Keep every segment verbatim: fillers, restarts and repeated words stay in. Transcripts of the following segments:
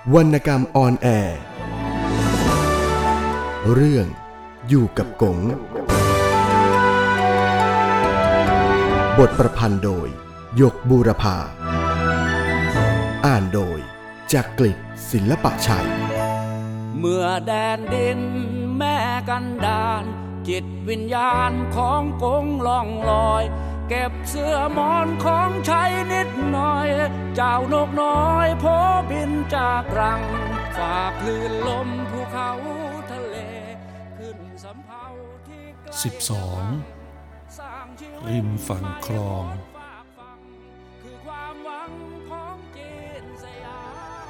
วรรณกรรมออนแอร์เรื่องอยู่กับกงบทประพันธ์โดยหยกบูรพาอ่านโดยจักริดศิลปะชัยเมื่อแดนดินแม่กันดานจิตวิญญาณของกงล่องลอยเก็บเสื้อมอนของใช้นิดหน่อยเจ้านกน้อยโผบินจากรังฝากคลื่นลมภูเขาทะเลขึ้นสำเภาที่สิบสองริมฝั่งคลองคือความหวังของจีนสยาม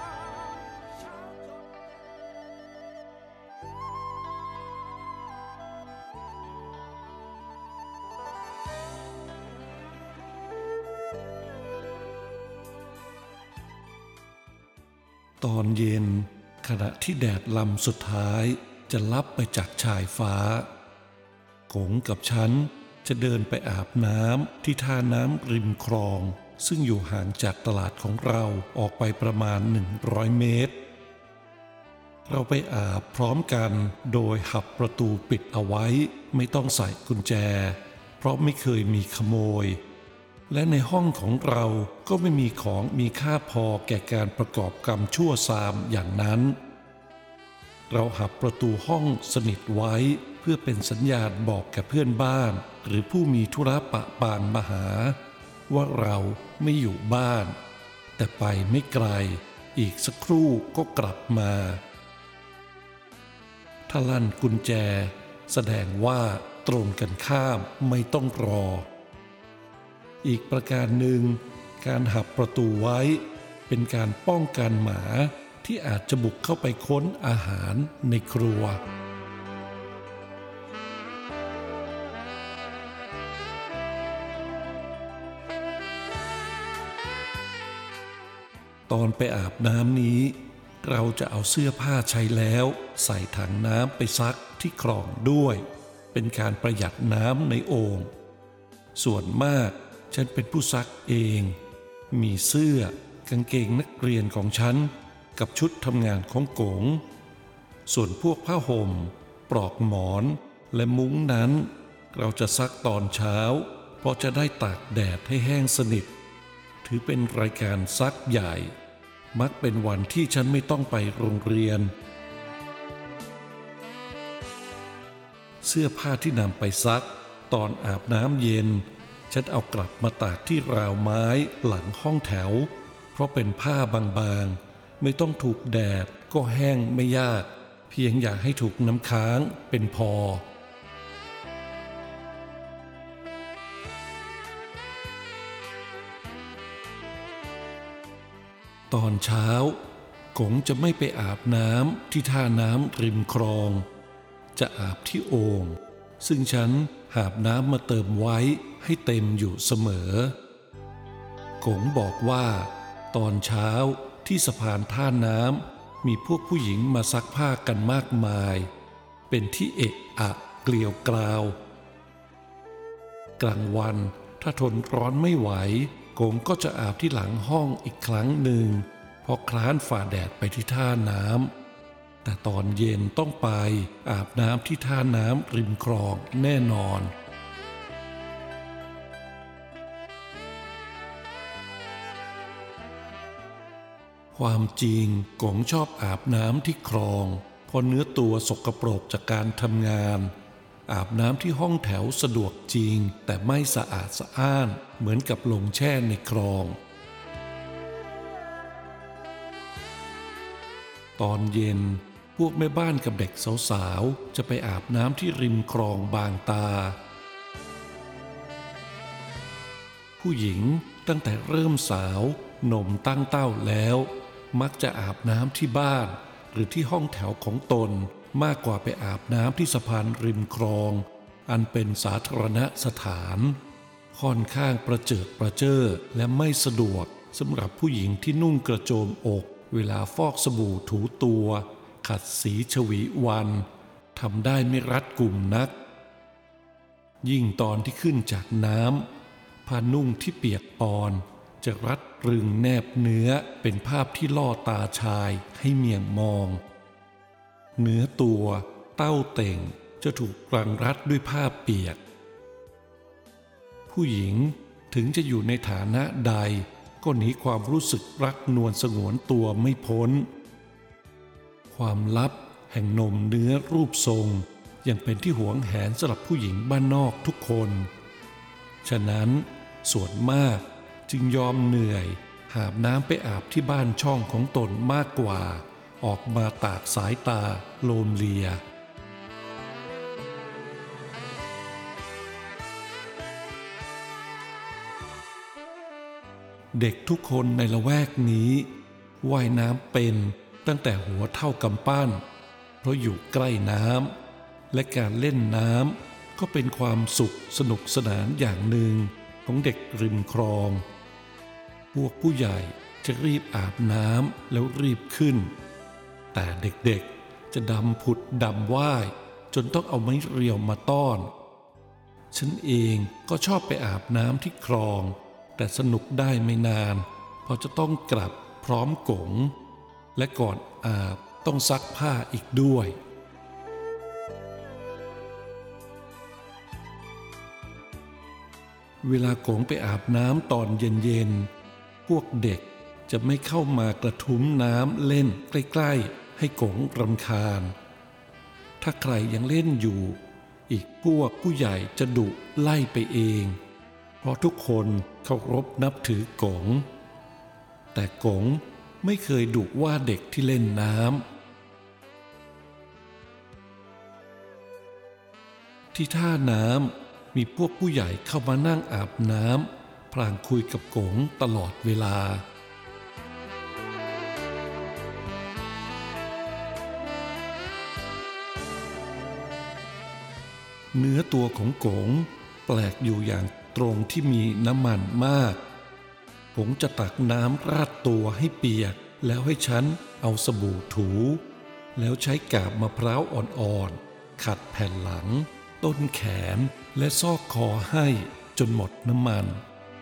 ตอนเย็นขณะที่แดดลำสุดท้ายจะลับไปจากชายฟ้ากงกับฉันจะเดินไปอาบน้ำที่ท่าน้ำริมคลองซึ่งอยู่ห่างจากตลาดของเราออกไปประมาณหนึ่งร้อยเมตรเราไปอาบพร้อมกันโดยหับประตูปิดเอาไว้ไม่ต้องใส่กุญแจเพราะไม่เคยมีขโมยและในห้องของเราก็ไม่มีของมีค่าพอแก่การประกอบกรรมชั่วซามอย่างนั้นเราหับประตูห้องสนิทไว้เพื่อเป็นสัญญาณบอกแก่เพื่อนบ้านหรือผู้มีธุระปะปานมาหาว่าเราไม่อยู่บ้านแต่ไปไม่ไกลอีกสักครู่ก็กลับมาถ้าลั่นกุญแจแสดงว่าตรงกันข้ามไม่ต้องรออีกประการหนึ่งการหับประตูไว้เป็นการป้องกันหมาที่อาจจะบุกเข้าไปค้นอาหารในครัวตอนไปอาบน้ำนี้เราจะเอาเสื้อผ้าใช้แล้วใส่ถังน้ำไปซักที่คลองด้วยเป็นการประหยัดน้ำในโอ่งส่วนมากฉันเป็นผู้ซักเองมีเสื้อกางเกงนักเรียนของฉันกับชุดทำงานของกงส่วนพวกผ้าห่มปลอกหมอนและมุ้งนั้นเราจะซักตอนเช้าเพราะจะได้ตากแดดให้แห้งสนิทถือเป็นรายการซักใหญ่มักเป็นวันที่ฉันไม่ต้องไปโรงเรียนเสื้อผ้าที่นำไปซักตอนอาบน้ำเย็นฉันเอากลับมาตากที่ราวไม้หลังห้องแถวเพราะเป็นผ้าบางๆไม่ต้องถูกแดดก็แห้งไม่ยากเพียงอย่าให้ถูกน้ำค้างเป็นพอตอนเช้ากงจะไม่ไปอาบน้ำที่ท่าน้ำริมคลองจะอาบที่โอ่งซึ่งฉันหาบน้ำมาเติมไว้ให้เต็มอยู่เสมอกงบอกว่าตอนเช้าที่สะพานท่าน้ำมีพวกผู้หญิงมาซักผ้ากันมากมายเป็นที่เอะอะเกลียวกราวกลางวันถ้าทนร้อนไม่ไหวกงก็จะอาบที่หลังห้องอีกครั้งหนึ่งพอคลานฝ่าแดดไปที่ท่าน้ำแต่ตอนเย็นต้องไปอาบน้ำที่ท่าน้ำริมคลองแน่นอนความจริงกงชอบอาบน้ำที่คลองเพราะเนื้อตัวสกปรกจากการทำงานอาบน้ำที่ห้องแถวสะดวกจริงแต่ไม่สะอาดสะอ้านเหมือนกับลงแช่ในคลองตอนเย็นพวกแม่บ้านกับเด็กสาวๆจะไปอาบน้ำที่ริมคลองบางตาผู้หญิงตั้งแต่เริ่มสาวหนุ่มตั้งเต้าแล้วมักจะอาบน้ำที่บ้านหรือที่ห้องแถวของตนมากกว่าไปอาบน้ำที่สะพานริมคลองอันเป็นสาธารณสถานค่อนข้างประเจิดประเจ้อและไม่สะดวกสำหรับผู้หญิงที่นุ่งกระโจมอกเวลาฟอกสบู่ถูตัวขัดสีฉวีวันทำได้ไม่รัดกุมนักยิ่งตอนที่ขึ้นจากน้ำผ้านุ่งที่เปียกปอนจะรัดรึงแนบเนื้อเป็นภาพที่ล่อตาชายให้เมียงมองเนื้อตัวเต้าเต่งจะถูกกรังรัดด้วยผ้าเปียกผู้หญิงถึงจะอยู่ในฐานะใดก็หนีความรู้สึกรักนวลสงวนตัวไม่พ้นความลับแห่งนมเนื้อรูปทรงยังเป็นที่หวงแหนสำหรับผู้หญิงบ้านนอกทุกคนฉะนั้นส่วนมากจึงยอมเหนื่อยหาบน้ำไปอาบที่บ้านช่องของตนมากกว่าออกมาตากสายตาโลมเลียเด็กทุกคนในละแวกนี้ว่ายน้ำเป็นตั้งแต่หัวเท่ากำปั้นเพราะอยู่ใกล้น้ำและการเล่นน้ำก็เป็นความสุขสนุกสนานอย่างหนึ่งของเด็กริมคลองพวกผู้ใหญ่จะรีบอาบน้ำแล้วรีบขึ้นแต่เด็กๆจะดำผุดดำว่ายจนต้องเอาไม้เรียวมาต้อนฉันเองก็ชอบไปอาบน้ำที่คลองแต่สนุกได้ไม่นานเพราะจะต้องกลับพร้อมกงและก่อนอาบต้องซักผ้าอีกด้วยเวลากงไปอาบน้ำตอนเย็นๆพวกเด็กจะไม่เข้ามากระทุ้มน้ำเล่นใกล้ๆให้กงรำคาญถ้าใครยังเล่นอยู่อีกพวกผู้ใหญ่จะดุไล่ไปเองเพราะทุกคนเคารพนับถือกงแต่กงไม่เคยดุว่าเด็กที่เล่นน้ำที่ท่าน้ำมีพวกผู้ใหญ่เข้ามานั่งอาบน้ำพลางคุยกับกงตลอดเวลาเนื้อตัวของกงแปลกอยู่อย่างตรงที่มีน้ำมันมากกงจะตักน้ำราดตัวให้เปียกแล้วให้ฉันเอาสบู่ถูแล้วใช้กาบมะพร้าวอ่อนๆขัดแผ่นหลังต้นแขนและซอกคอให้จนหมดน้ำมัน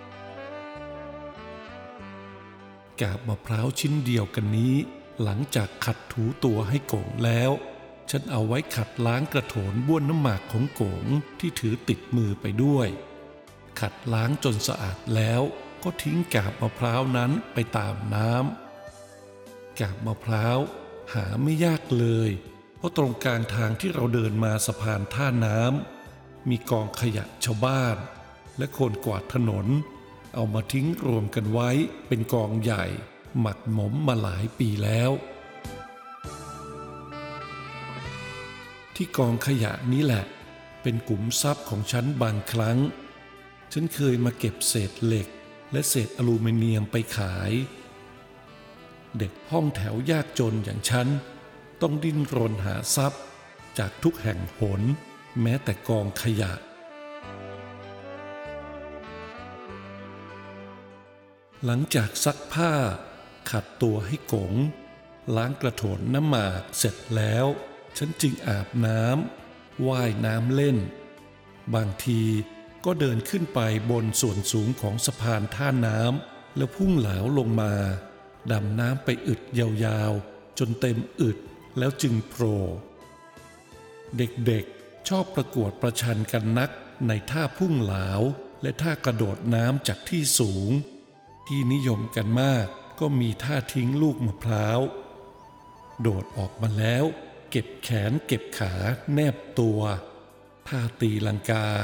กาบมะพร้าวชิ้นเดียวกันนี้หลังจากขัดถูตัวให้กงแล้วฉันเอาไว้ขัดล้างกระโถนบ้วนน้ำหมากของกงที่ถือติดมือไปด้วยขัดล้างจนสะอาดแล้วก็ทิ้งกาบมะพร้าวนั้นไปตามน้ำกาบมะพร้าวหาไม่ยากเลยเพราะตรงกลางทางที่เราเดินมาสะพานท่าน้ำมีกองขยะชาวบ้านและคนกวาดถนนเอามาทิ้งรวมกันไว้เป็นกองใหญ่หมักหมมมาหลายปีแล้วที่กองขยะนี้แหละเป็นขุมทรัพย์ของฉันบางครั้งฉันเคยมาเก็บเศษเหล็กและเศษอลูมิเนียมไปขายเด็กห้องแถวยากจนอย่างฉันต้องดิ้นรนหาทรัพย์จากทุกแห่งหนแม้แต่กองขยะหลังจากซักผ้าขัดตัวให้กงล้างกระโถนน้ำหมากเสร็จแล้วฉันจึงอาบน้ำว่ายน้ำเล่นบางทีก็เดินขึ้นไปบนส่วนสูงของสะพานท่าน้ำแล้วพุ่งเหลาลงมาดำน้ำไปอึดยาวๆจนเต็มอึดแล้วจึงโผล่เด็กๆชอบประกวดประชันกันนักในท่าพุ่งเหลาและท่ากระโดดน้ำจากที่สูงที่นิยมกันมากก็มีท่าทิ้งลูกมะพร้าวโดดออกมาแล้วเก็บแขนเก็บขาแนบตัวท่าตีลังกา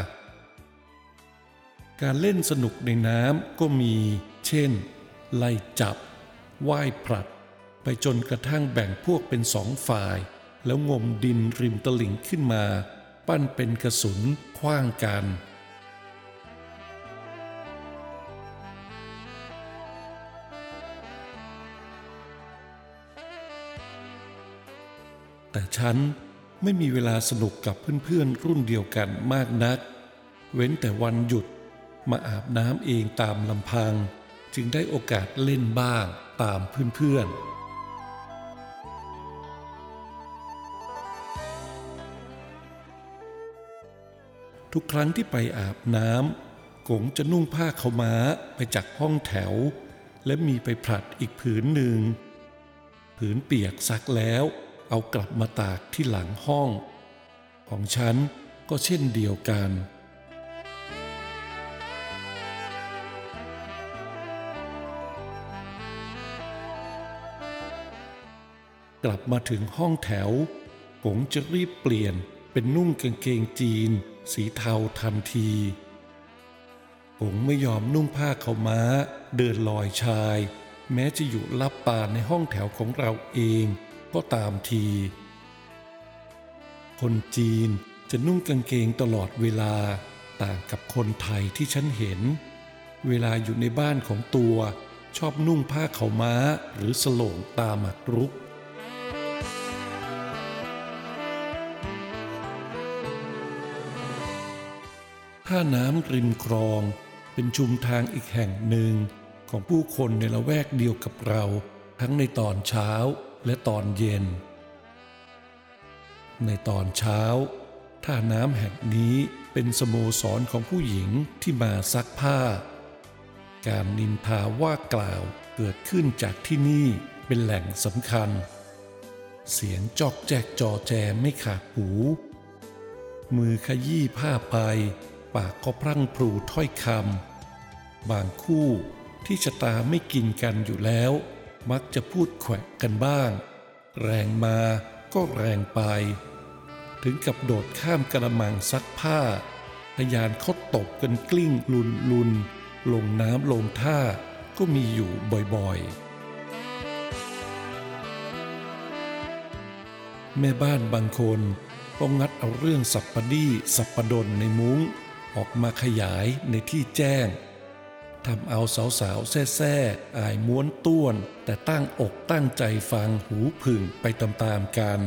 การเล่นสนุกในน้ำก็มีเช่นไล่จับว่ายผลัดไปจนกระทั่งแบ่งพวกเป็นสองฝ่ายแล้วงมดินริมตลิ่งขึ้นมาปั้นเป็นกระสุนขว้างกันแต่ฉันไม่มีเวลาสนุกกับเพื่อนๆรุ่นเดียวกันมากนักเว้นแต่วันหยุดมาอาบน้ำเองตามลำพังจึงได้โอกาสเล่นบ้างตามเพื่อนๆทุกครั้งที่ไปอาบน้ำกงจะนุ่งผ้าขาวม้าไปจากห้องแถวและมีไปผลัดอีกผืนหนึ่งผืนเปียกซักแล้วเอากลับมาตากที่หลังห้องของฉันก็เช่นเดียวกันกลับมาถึงห้องแถวกงจะรีบเปลี่ยนเป็นนุ่งกางเกงจีนสีเทาทันทีกงไม่ยอมนุ่งผ้าขาวม้าเดินลอยชายแม้จะอยู่ลับตาในห้องแถวของเราเองก็ตามทีคนจีนจะนุ่งกางเกงตลอดเวลาต่างกับคนไทยที่ฉันเห็นเวลาอยู่ในบ้านของตัวชอบนุ่งผ้าขาวม้าหรือสโลงตาหมากรุกท่าน้ำริมคลองเป็นชุมทางอีกแห่งหนึ่งของผู้คนในละแวกเดียวกับเราทั้งในตอนเช้าและตอนเย็นในตอนเช้าท่าน้ำแห่งนี้เป็นสโมสรของผู้หญิงที่มาซักผ้าการนินทาว่ากล่าวเกิดขึ้นจากที่นี่เป็นแหล่งสำคัญเสียงจอกแจกจอแจไม่ขาดหูมือขยี้ผ้าไปปากก็พรั่งพรูถ้อยคำบางคู่ที่ชะตาไม่กินกันอยู่แล้วมักจะพูดแขวะกันบ้างแรงมาก็แรงไปถึงกับโดดข้ามกระมังซักผ้าพยานเขาตบกันกลิ้งลุนลุนลงน้ำลงท่าก็มีอยู่บ่อยๆแม่บ้านบางคนก็งัดเอาเรื่องสัปปดี้สัปปดนในมุ้งออกมาขยายในที่แจ้งทำเอาสาวๆแซ่ๆอายม้วนต้วนแต่ตั้งอกตั้งใจฟังหูผึ่งไปตามๆกัน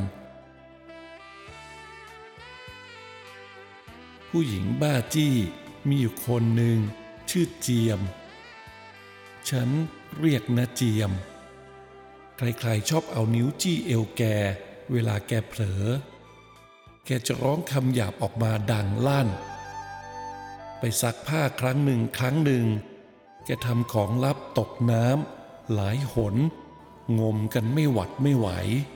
ผู้หญิงบ้าจี้มีอยู่คนหนึ่งชื่อเจียมฉันเรียกนะเจียมใครๆชอบเอานิ้วจี้เอวแกเวลาแกเผลอแกจะร้องคำหยาบออกมาดังลั่นไปซักผ้าครั้งหนึ่งครั้งหนึ่งแกทำของลับตกน้ำหลายหนงมกันไม่หวัดไม่ไหว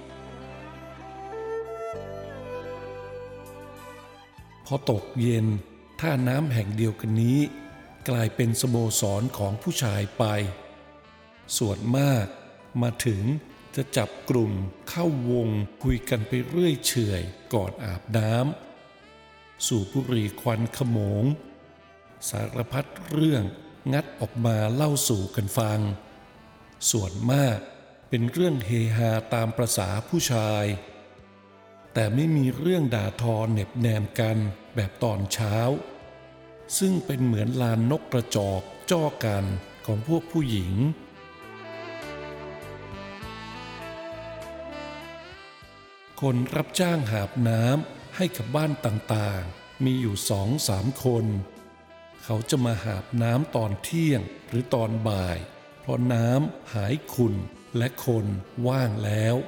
พอตกเย็นท่าน้ำแห่งเดียวกันนี้กลายเป็นสโมสรของผู้ชายไปส่วนมากมาถึงจะจับกลุ่มเข้าวงคุยกันไปเรื่อยเฉยก่อนอาบน้ำสูบบุหรี่ควันขโมงสารพัดเรื่องงัดออกมาเล่าสู่กันฟังส่วนมากเป็นเรื่องเฮฮาตามประสาผู้ชายแต่ไม่มีเรื่องด่าทอเหน็บแนมกันแบบตอนเช้าซึ่งเป็นเหมือนลานนกกระจอกจ้อกันของพวกผู้หญิงคนรับจ้างหาบน้ำให้กับบ้านต่างๆมีอยู่สองสามคนเขาจะมาหาบน้ำตอนเที่ยงหรือตอนบ่ายเพราะน้ำหายขุ่นและคนว่างแล้ว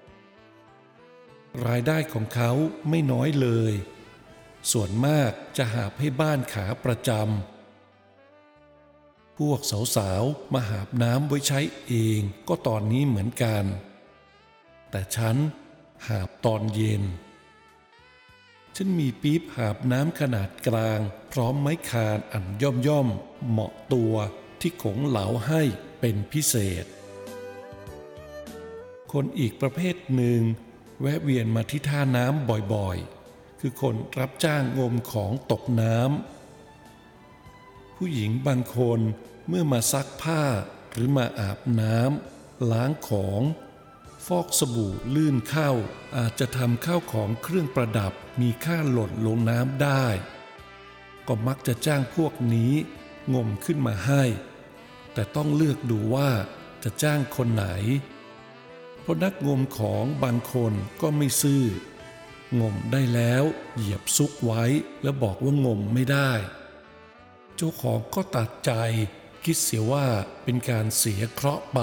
รายได้ของเขาไม่น้อยเลยส่วนมากจะหาบให้บ้านขาประจำพวกสาวๆมาหาบน้ำไว้ใช้เองก็ตอนนี้เหมือนกันแต่ฉันหาบตอนเย็นฉันมีปี๊บหาบน้ำขนาดกลางพร้อมไม้คานอันย่อมย่อมเหมาะตัวที่กงเหลาให้เป็นพิเศษคนอีกประเภทหนึ่งแวะเวียนมาที่ท่าน้ำบ่อยๆคือคนรับจ้างงมของตกน้ำผู้หญิงบางคนเมื่อมาซักผ้าหรือมาอาบน้ำล้างของฟอกสบู่ลื่นเข้าอาจจะทำข้าวของเครื่องประดับมีค่าหล่นลงน้ำได้ก็มักจะจ้างพวกนี้งมขึ้นมาให้แต่ต้องเลือกดูว่าจะจ้างคนไหนเพราะนักงมของบางคนก็ไม่ซื่องมได้แล้วเหยียบซุกไว้แล้วบอกว่างมไม่ได้เจ้าของก็ตัดใจคิดเสียว่าเป็นการเสียเคราะห์ไป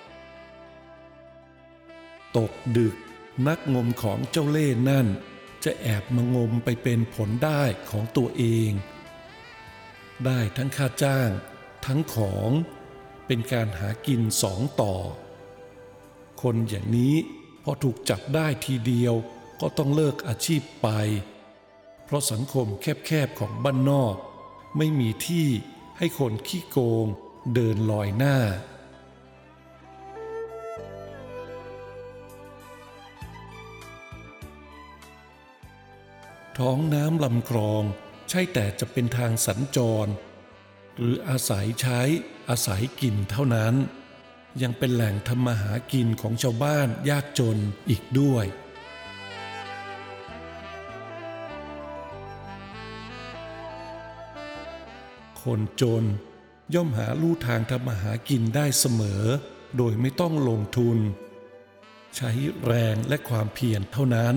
ตกดึกนักงมของเจ้าเล่ห์นั่นจะแอบมางมไปเป็นผลได้ของตัวเองได้ทั้งค่าจ้างทั้งของเป็นการหากินสองต่อคนอย่างนี้พอถูกจับได้ทีเดียวก็ต้องเลิกอาชีพไปเพราะสังคมแคบๆของบ้านนอกไม่มีที่ให้คนขี้โกงเดินลอยหน้าท้องน้ำลำคลองใช่แต่จะเป็นทางสัญจรหรืออาศัยใช้อาศัยกินเท่านั้นยังเป็นแหล่งทำมาหากินของชาวบ้านยากจนอีกด้วยคนจนย่อมหาลู่ทางทำมาหากินได้เสมอโดยไม่ต้องลงทุนใช้แรงและความเพียรเท่านั้น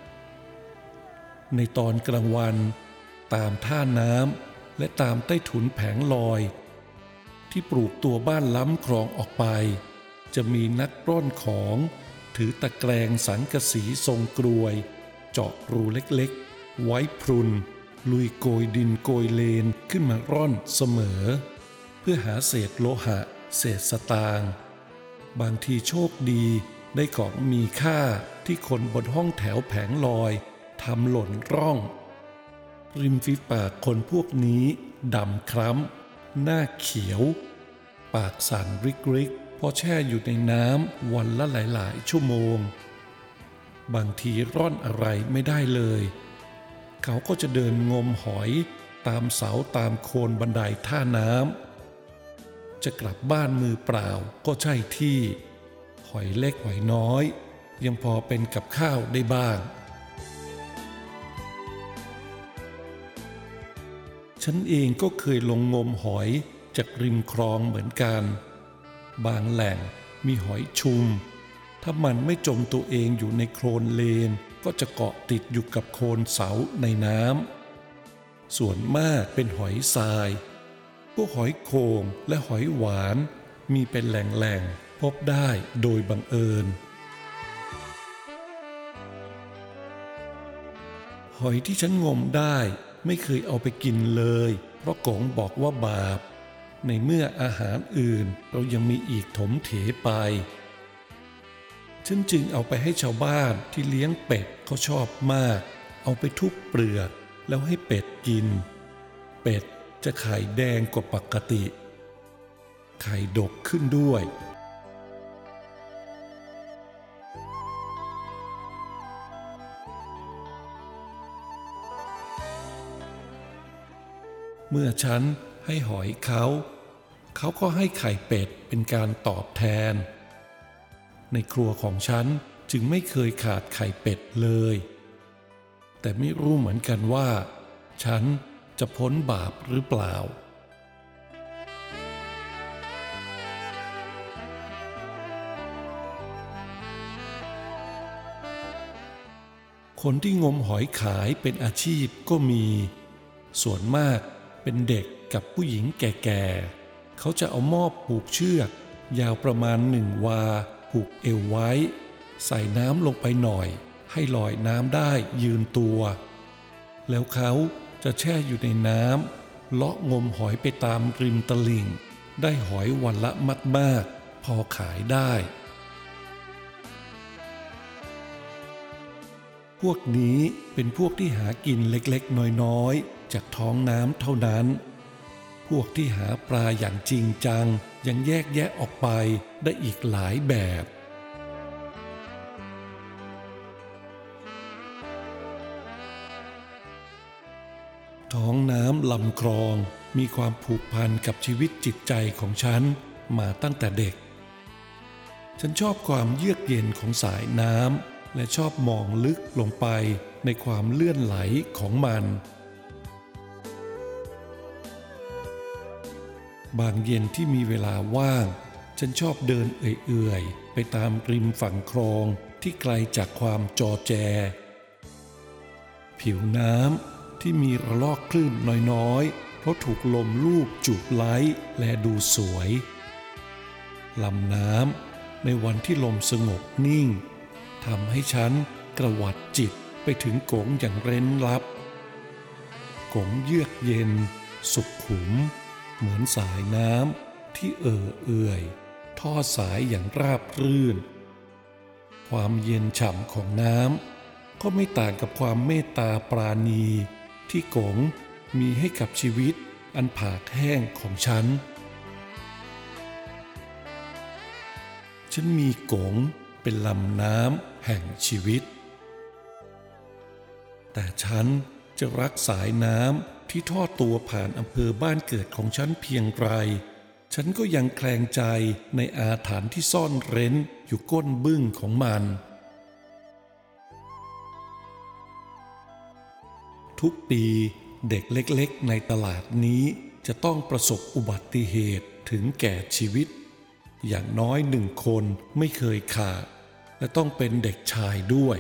ในตอนกลางวันตามท่าน้ำและตามใต้ถุนแผงลอยที่ปลูกตัวบ้านล้ำคลองออกไปจะมีนักปล้นของถือตะแกรงสังกะสีทรงกรวยเจาะรูเล็กๆไว้พรุนลุยโกยดินโกยเลนขึ้นมาร่อนเสมอเพื่อหาเศษโลหะเศษสตางค์บางทีโชคดีได้ของมีค่าที่คนบนห้องแถวแผงลอยทำหล่นร่องริมฝีปากคนพวกนี้ดำคล้ำหน้าเขียวปากสั่นริกๆเพราะแช่อยู่ในน้ำวันละหลายๆชั่วโมงบางทีร่อนอะไรไม่ได้เลยเขาก็จะเดินงมหอยตามเสาตามโคนบันไดท่าน้ำจะกลับบ้านมือเปล่าก็ใช่ที่หอยเล็กหอยน้อยยังพอเป็นกับข้าวได้บ้างฉันเองก็เคยลงงมหอยจากริมคลองเหมือนกันบางแหล่งมีหอยชุมถ้ามันไม่จมตัวเองอยู่ในโคลนเลนก็จะเกาะติดอยู่กับโคนเสาในน้ำส่วนมากเป็นหอยทรายพวกหอยโข่งและหอยหวานมีเป็นแหล่งๆพบได้โดยบังเอิญหอยที่ฉันงมได้ไม่เคยเอาไปกินเลยเพราะกงบอกว่าบาปในเมื่ออาหารอื่นเรายังมีอีกถมเถไปฉันจึงเอาไปให้ชาวบ้านที่เลี้ยงเป็ดเขาชอบมากเอาไปทุบเปลือกแล้วให้เป็ดกินเป็ดจะไข่แดงกว่าปกติไข่ดกขึ้นด้วยเมื่อฉันให้หอยเขาเขาก็ให้ไข่เป็ดเป็นการตอบแทนในครัวของฉันจึงไม่เคยขาดไข่เป็ดเลยแต่ไม่รู้เหมือนกันว่าฉันจะพ้นบาปหรือเปล่าคนที่งมหอยขายเป็นอาชีพก็มีส่วนมากเป็นเด็กกับผู้หญิงแก่ๆเขาจะเอาหม้อผูกเชือกยาวประมาณหนึ่งวาผูกเอวไว้ใส่น้ำลงไปหน่อยให้ลอยน้ำได้ยืนตัวแล้วเขาจะแช่อยู่ในน้ำเลาะงมหอยไปตามริมตลิ่งได้หอยวันละมากๆพอขายได้พวกนี้เป็นพวกที่หากินเล็กๆน้อยๆจากท้องน้ำเท่านั้นพวกที่หาปลาอย่างจริงจังยังแยกแยะออกไปได้อีกหลายแบบท้องน้ำลำคลองมีความผูกพันกับชีวิตจิตใจของฉันมาตั้งแต่เด็กฉันชอบความเยือกเย็นของสายน้ำและชอบมองลึกลงไปในความเลื่อนไหลของมันบางเย็นที่มีเวลาว่างฉันชอบเดินเอื่อยๆไปตามริมฝั่งคลองที่ไกลจากความจอแจผิวน้ำที่มีระลอกคลื่นน้อยๆเพราะถูกลมลูบจูบไล้และดูสวยลำน้ำในวันที่ลมสงบนิ่งทำให้ฉันกระหวัดจิตไปถึงกงอย่างเร้นลับกงเยือกเย็นสุขขุมเหมือนสายน้ำที่เอ่อเอื่อยทอดสายอย่างราบรื่นความเย็นฉ่ำของน้ำก็ไม่ต่างกับความเมตตาปราณีที่กงมีให้กับชีวิตอันผากแห้งของฉันฉันมีกงเป็นลำน้ำแห่งชีวิตแต่ฉันจะรักสายน้ำที่ทอดตัวผ่านอำเภอบ้านเกิดของฉันเพียงไรฉันก็ยังแคลงใจในอาถรรพ์ที่ซ่อนเร้นอยู่ก้นบึ้งของมันทุกปีเด็กเล็กๆในตลาดนี้จะต้องประสบอุบัติเหตุถึงแก่ชีวิตอย่างน้อยหนึ่งคนไม่เคยขาดและต้องเป็นเด็กชายด้วย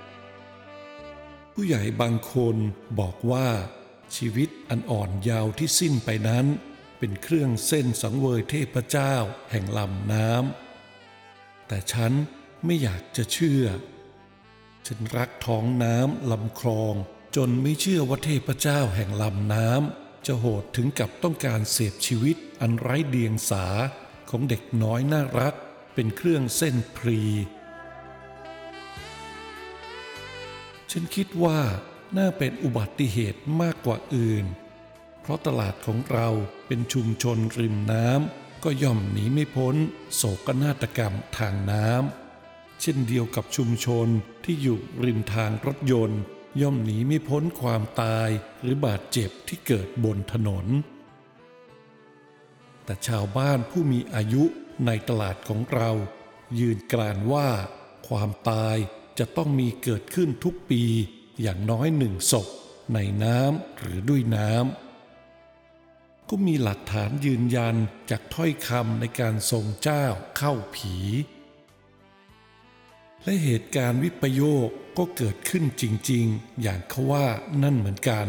ผู้ใหญ่บางคนบอกว่าชีวิตอันอ่อนเยาว์ที่สิ้นไปนั้นเป็นเครื่องเส้นสังเวยเทพเจ้าแห่งลำน้ำแต่ฉันไม่อยากจะเชื่อฉันรักท้องน้ำลำคลองจนไม่เชื่อว่าเทพเจ้าแห่งลำน้ำจะโหดถึงกับต้องการเสพชีวิตอันไร้เดียงสาของเด็กน้อยน่ารักเป็นเครื่องเส้นพรีฉันคิดว่าน่าเป็นอุบัติเหตุมากกว่าอื่นเพราะตลาดของเราเป็นชุมชนริมน้ำก็ย่อมหนีไม่พ้นโศกนาฏกรรมทางน้ำเช่นเดียวกับชุมชนที่อยู่ริมทางรถยนต์ย่อมหนีไม่พ้นความตายหรือบาดเจ็บที่เกิดบนถนนแต่ชาวบ้านผู้มีอายุในตลาดของเรายืนกรานว่าความตายจะต้องมีเกิดขึ้นทุกปีอย่างน้อยหนึ่งศพในน้ำหรือด้วยน้ำก็มีหลักฐานยืนยันจากถ้อยคำในการทรงเจ้าเข้าผีและเหตุการณ์วิปโยคก็เกิดขึ้นจริงๆอย่างเขาว่านั่นเหมือนกัน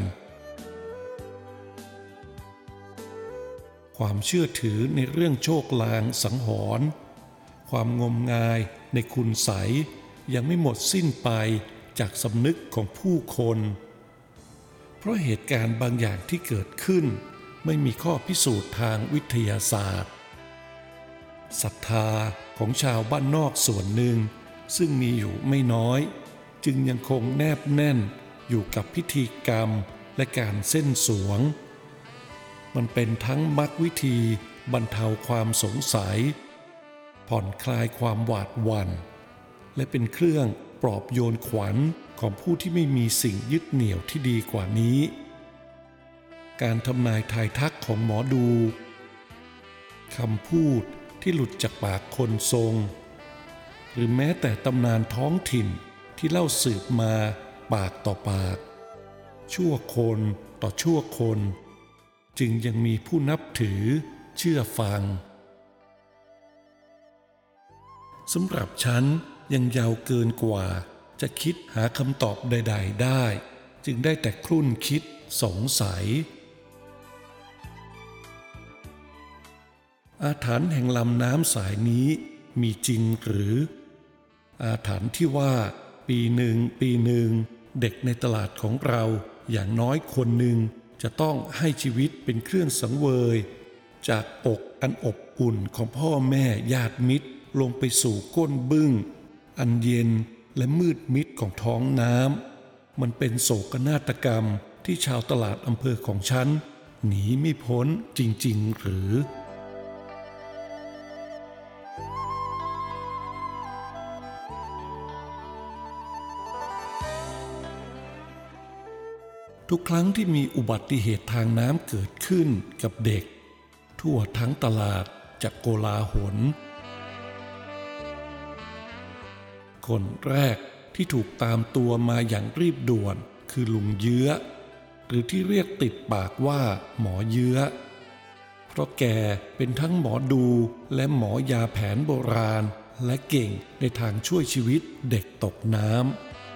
ความเชื่อถือในเรื่องโชคลางสังหรณ์ความงมงายในคุณไสยยังไม่หมดสิ้นไปจากสำนึกของผู้คนเพราะเหตุการณ์บางอย่างที่เกิดขึ้นไม่มีข้อพิสูจน์ทางวิทยาศาสตร์ศรัทธาของชาวบ้านนอกส่วนหนึ่งซึ่งมีอยู่ไม่น้อยจึงยังคงแนบแน่นอยู่กับพิธีกรรมและการเส้นสวงมันเป็นทั้งมรรควิธีบรรเทาความสงสัยผ่อนคลายความหวาดหวั่นและเป็นเครื่องปลอบโยนขวัญของผู้ที่ไม่มีสิ่งยึดเหนี่ยวที่ดีกว่านี้การทำนายทายทักของหมอดูคำพูดที่หลุดจากปากคนทรงหรือแม้แต่ตำนานท้องถิ่นที่เล่าสืบมาปากต่อปากชั่วคนต่อชั่วคนจึงยังมีผู้นับถือเชื่อฟังสำหรับฉันยังยาวเกินกว่าจะคิดหาคำตอบใดๆได้จึงได้แต่ครุ่นคิดสงสัยอาถรรพ์แห่งลำน้ำสายนี้มีจริงหรืออาถรรพ์ที่ว่าปีหนึ่งปีหนึ่งเด็กในตลาดของเราอย่างน้อยคนหนึ่งจะต้องให้ชีวิตเป็นเครื่องสังเวยจากอกอันอบอุ่นของพ่อแม่ญาติมิตรลงไปสู่ก้นบึ้งอันเย็นและมืดมิดของท้องน้ำมันเป็นโศกนาฏกรรมที่ชาวตลาดอำเภอของฉันหนีไม่พ้นจริงๆหรือทุกครั้งที่มีอุบัติเหตุทางน้ำเกิดขึ้นกับเด็กทั่วทั้งตลาดจะโกลาหลคนแรกที่ถูกตามตัวมาอย่างรีบด่วนคือลุงเยื้อหรือที่เรียกติดปากว่าหมอเยื้อเพราะแกเป็นทั้งหมอดูและหมอยาแผนโบราณและเก่งในทางช่วยชีวิตเด็กตกน้ำ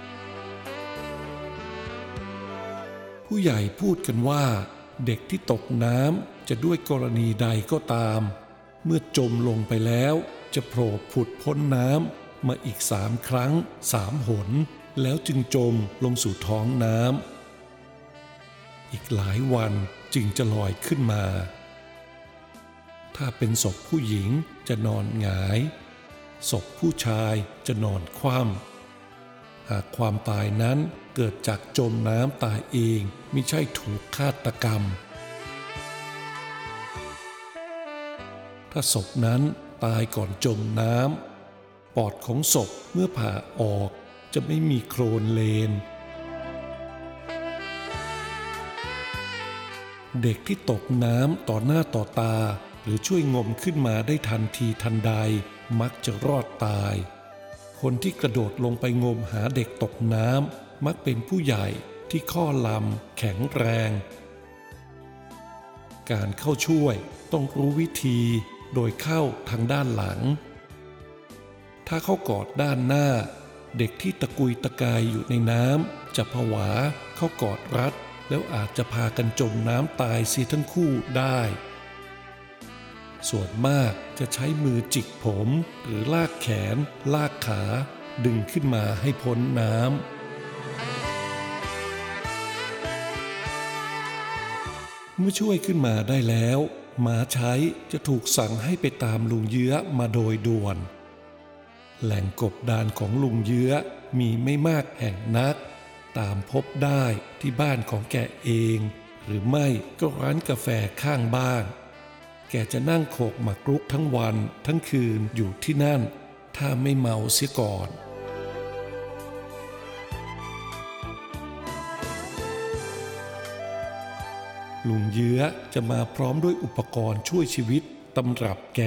ผู้ใหญ่พูดกันว่าเด็กที่ตกน้ำจะด้วยกรณีใดก็ตามเมื่อจมลงไปแล้วจะโผล่ผุดพ้นน้ำมาอีกสามครั้งสามหนแล้วจึงจมลงสู่ท้องน้ำอีกหลายวันจึงจะลอยขึ้นมาถ้าเป็นศพผู้หญิงจะนอนหงายศพผู้ชายจะนอนคว่ำหากความตายนั้นเกิดจากจมน้ำตายเองมิใช่ถูกฆาตกรรมถ้าศพนั้นตายก่อนจมน้ำปอดของศพเมื่อผ่าออกจะไม่มีโคลนเลนเด็กที่ตกน้ำต่อหน้าต่อตาหรือช่วยงมขึ้นมาได้ทันทีทันใดมักจะรอดตายคนที่กระโดดลงไปงมหาเด็กตกน้ำมักเป็นผู้ใหญ่ที่ข้อลำแข็งแรงการเข้าช่วยต้องรู้วิธีโดยเข้าทางด้านหลังถ้าเข้ากอดด้านหน้าเด็กที่ตะกุยตะกายอยู่ในน้ำจะผวาเข้ากอดรัดแล้วอาจจะพากันจมน้ำตายเสียทั้งคู่ได้ส่วนมากจะใช้มือจิกผมหรือลากแขนลากขาดึงขึ้นมาให้พ้นน้ำเมื่อช่วยขึ้นมาได้แล้วหมาใช้จะถูกสั่งให้ไปตามลุงเยื้อมาโดยด่วนแหล่งกบดานของลุงเยื้อมีไม่มากแห่งนักตามพบได้ที่บ้านของแกเองหรือไม่ก็ร้านกาแฟข้างบ้านแกจะนั่งโขกหมากรุกทั้งวันทั้งคืนอยู่ที่นั่นถ้าไม่เมาเสียก่อนลุงเยื้อจะมาพร้อมด้วยอุปกรณ์ช่วยชีวิตตำรับแก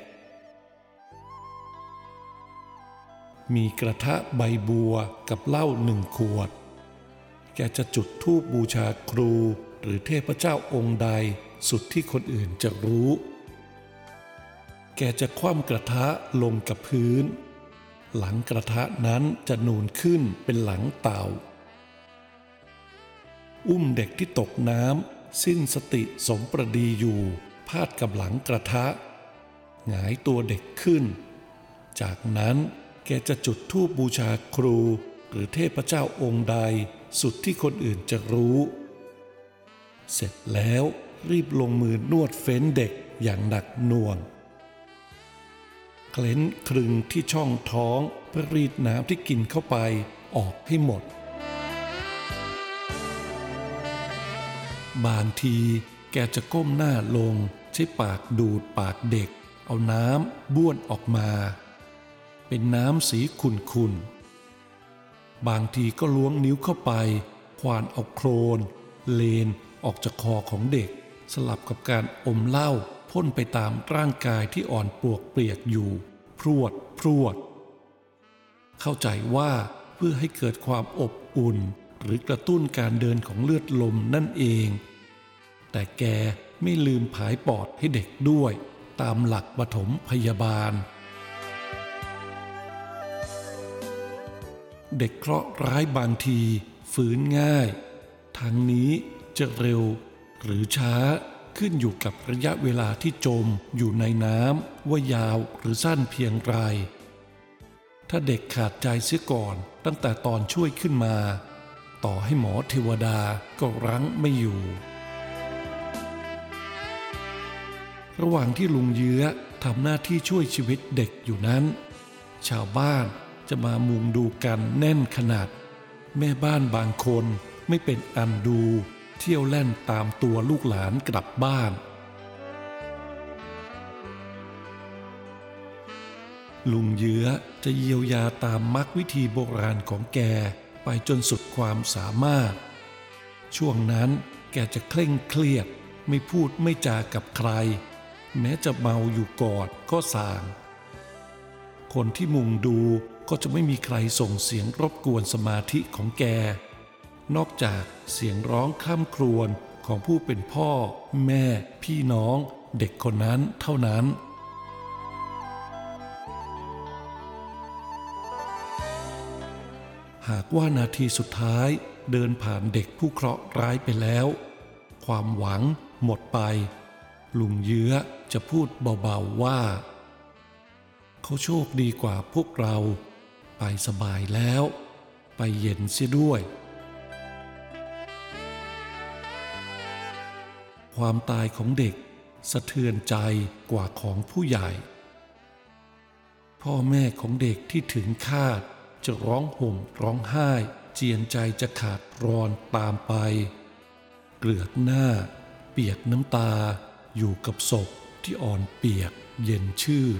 มีกระทะใบบัวกับเหล้าหนึ่งขวดแกจะจุดธูปบูชาครูหรือเทพเจ้าองค์ใดสุดที่คนอื่นจะรู้แกจะคว่ำกระทะลงกับพื้นหลังกระทะนั้นจะนูนขึ้นเป็นหลังเต่าอุ้มเด็กที่ตกน้ำสิ้นสติสมประดีอยู่พาดกับหลังกระทะหงายตัวเด็กขึ้นจากนั้นแกจะจุดธูปบูชาครูหรือเทพเจ้าองค์ใดสุดที่คนอื่นจะรู้เสร็จแล้วรีบลงมือนวดเฟ้นเด็กอย่างหนักหน่วงเคล้นคลึงที่ช่องท้องเพื่อรีดน้ำที่กินเข้าไปออกให้หมดบางทีแกจะก้มหน้าลงใช้ปากดูดปากเด็กเอาน้ำบ้วนออกมาเป็นน้ำสีขุ่นๆบางทีก็ล้วงนิ้วเข้าไปควานเอาโคลนเลนออกจากคอของเด็กสลับกับการอมเหล้าพ่นไปตามร่างกายที่อ่อนปวกเปียกอยู่พรวดพรวดเข้าใจว่าเพื่อให้เกิดความอบอุ่นหรือกระตุ้นการเดินของเลือดลมนั่นเองแต่แกไม่ลืมผายปอดให้เด็กด้วยตามหลักปฐมพยาบาลเด็กเคราะห์ร้ายบางทีฟื้นง่ายทางนี้จะเร็วหรือช้าขึ้นอยู่กับระยะเวลาที่จมอยู่ในน้ำว่ายาวหรือสั้นเพียงไรถ้าเด็กขาดใจเสียก่อนตั้งแต่ตอนช่วยขึ้นมาต่อให้หมอเทวดาก็รั้งไม่อยู่ระหว่างที่ลุงเยื้อทำหน้าที่ช่วยชีวิตเด็กอยู่นั้นชาวบ้านจะมามุงดูกันแน่นขนาดแม่บ้านบางคนไม่เป็นอันดูเที่ยวแล่นตามตัวลูกหลานกลับบ้านลุงเยื้อจะเยียวยาตามมรรควิธีโบราณของแกไปจนสุดความสามารถช่วงนั้นแกจะเคร่งเครียดไม่พูดไม่จากับใครแม้จะเมาอยู่ก่อนก็ส่างคนที่มุงดูก็จะไม่มีใครส่งเสียงรบกวนสมาธิของแกนอกจากเสียงร้องคร่ำครวญของผู้เป็นพ่อแม่พี่น้องเด็กคนนั้นเท่านั้นหากว่านาทีสุดท้ายเดินผ่านเด็กผู้เคราะห์ร้ายไปแล้วความหวังหมดไปลุงเยื้อจะพูดเบาๆว่าเขาโชคดีกว่าพวกเราไปสบายแล้วไปเย็นเสียด้วยความตายของเด็กสะเทือนใจกว่าของผู้ใหญ่พ่อแม่ของเด็กที่ถึงคาดจะร้องห่มร้องไห้เจียนใจจะขาดรอนตามไปเกลือกหน้าเปียกน้ำตาอยู่กับศพที่อ่อนเปียกเย็นชืด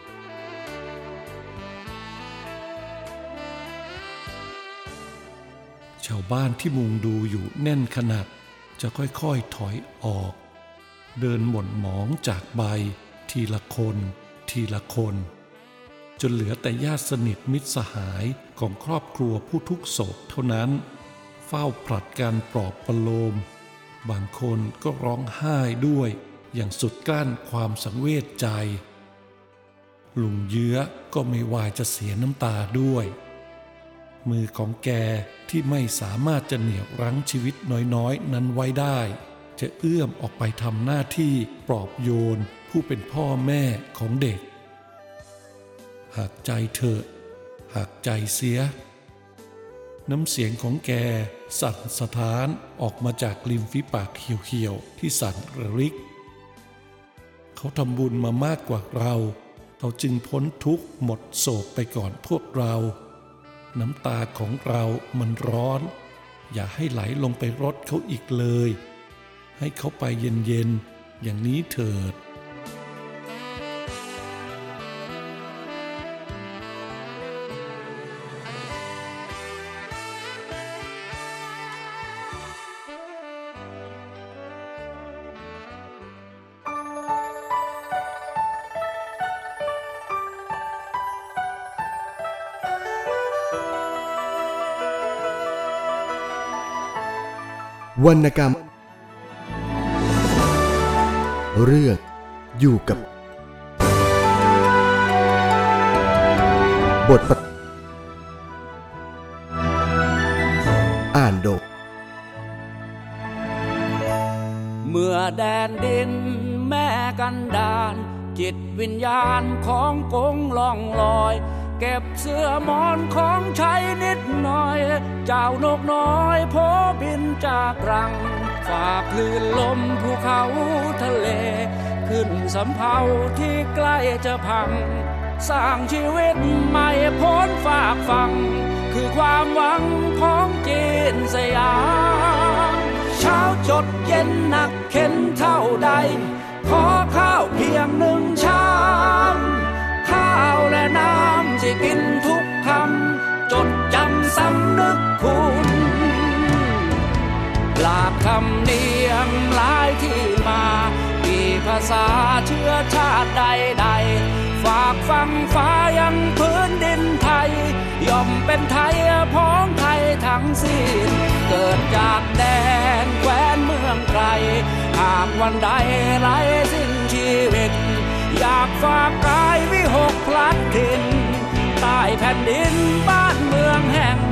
ชาวบ้านที่มุงดูอยู่แน่นขนาดจะค่อยๆถอยออกเดินหม่นหมองจากใบทีละคนทีละคนจนเหลือแต่ญาติสนิทมิตรสหายของครอบครัวผู้ทุกโศกเท่านั้นเฝ้าผลัดกันปลอบประโลมบางคนก็ร้องไห้ด้วยอย่างสุดกลั้นความสังเวชใจลุงเยื้อก็ไม่วายจะเสียน้ำตาด้วยมือของแกที่ไม่สามารถจะเหนี่ยวรั้งชีวิตน้อยๆนั้นไว้ได้จะเอื้อมออกไปทำหน้าที่ปลอบโยนผู้เป็นพ่อแม่ของเด็กหักใจเถอะหักใจเสียน้ำเสียงของแกสั่นสะท้านออกมาจากริมฝีปากเหี่ยวๆที่สั่นระริกเขาทำบุญมามากกว่าเราเขาจึงพ้นทุกข์หมดโศกไปก่อนพวกเราน้ำตาของเรามันร้อนอย่าให้ไหลลงไปรดเขาอีกเลยให้เขาไปเย็นๆอย่างนี้เถิดวรรณกรรมเรื่องอยู่กับบทอ่านโดยเมื่อแดนดินแม่กันดานจิตวิญญาณของกงล่องลอยเก็บเสื้อหมอนของใช้นิดหน่อยเจ้านกน้อยโผบินจากรังฝากคลื่นลมภูเขาทะเลขึ้นสำเภาที่ใกล้จะพังสร้างชีวิตใหม่พ้นฝากฝั่งคือความหวังของจีนสยามเช้าจดเย็นหนักเข็นเท่าใดขอข้าวเพียงหนึ่งชามข้าวและน้ำที่กินทุกคำจดจำสำนึกคุณหลากคำเนียมหลายที่มากี่ภาษาเชื้อชาติใดๆฝากฟังฟ้ายังพื้นดินไทยย่อมเป็นไทยพ้องไทยทั้งสิ้นเกิดจากแดนแคว้นเมืองไกลหากวันใดไร้สิ้นชีวิตอยากฝากกายวิหกพลัดถิ่นใต้แผ่นดินบ้านเมืองแห่ง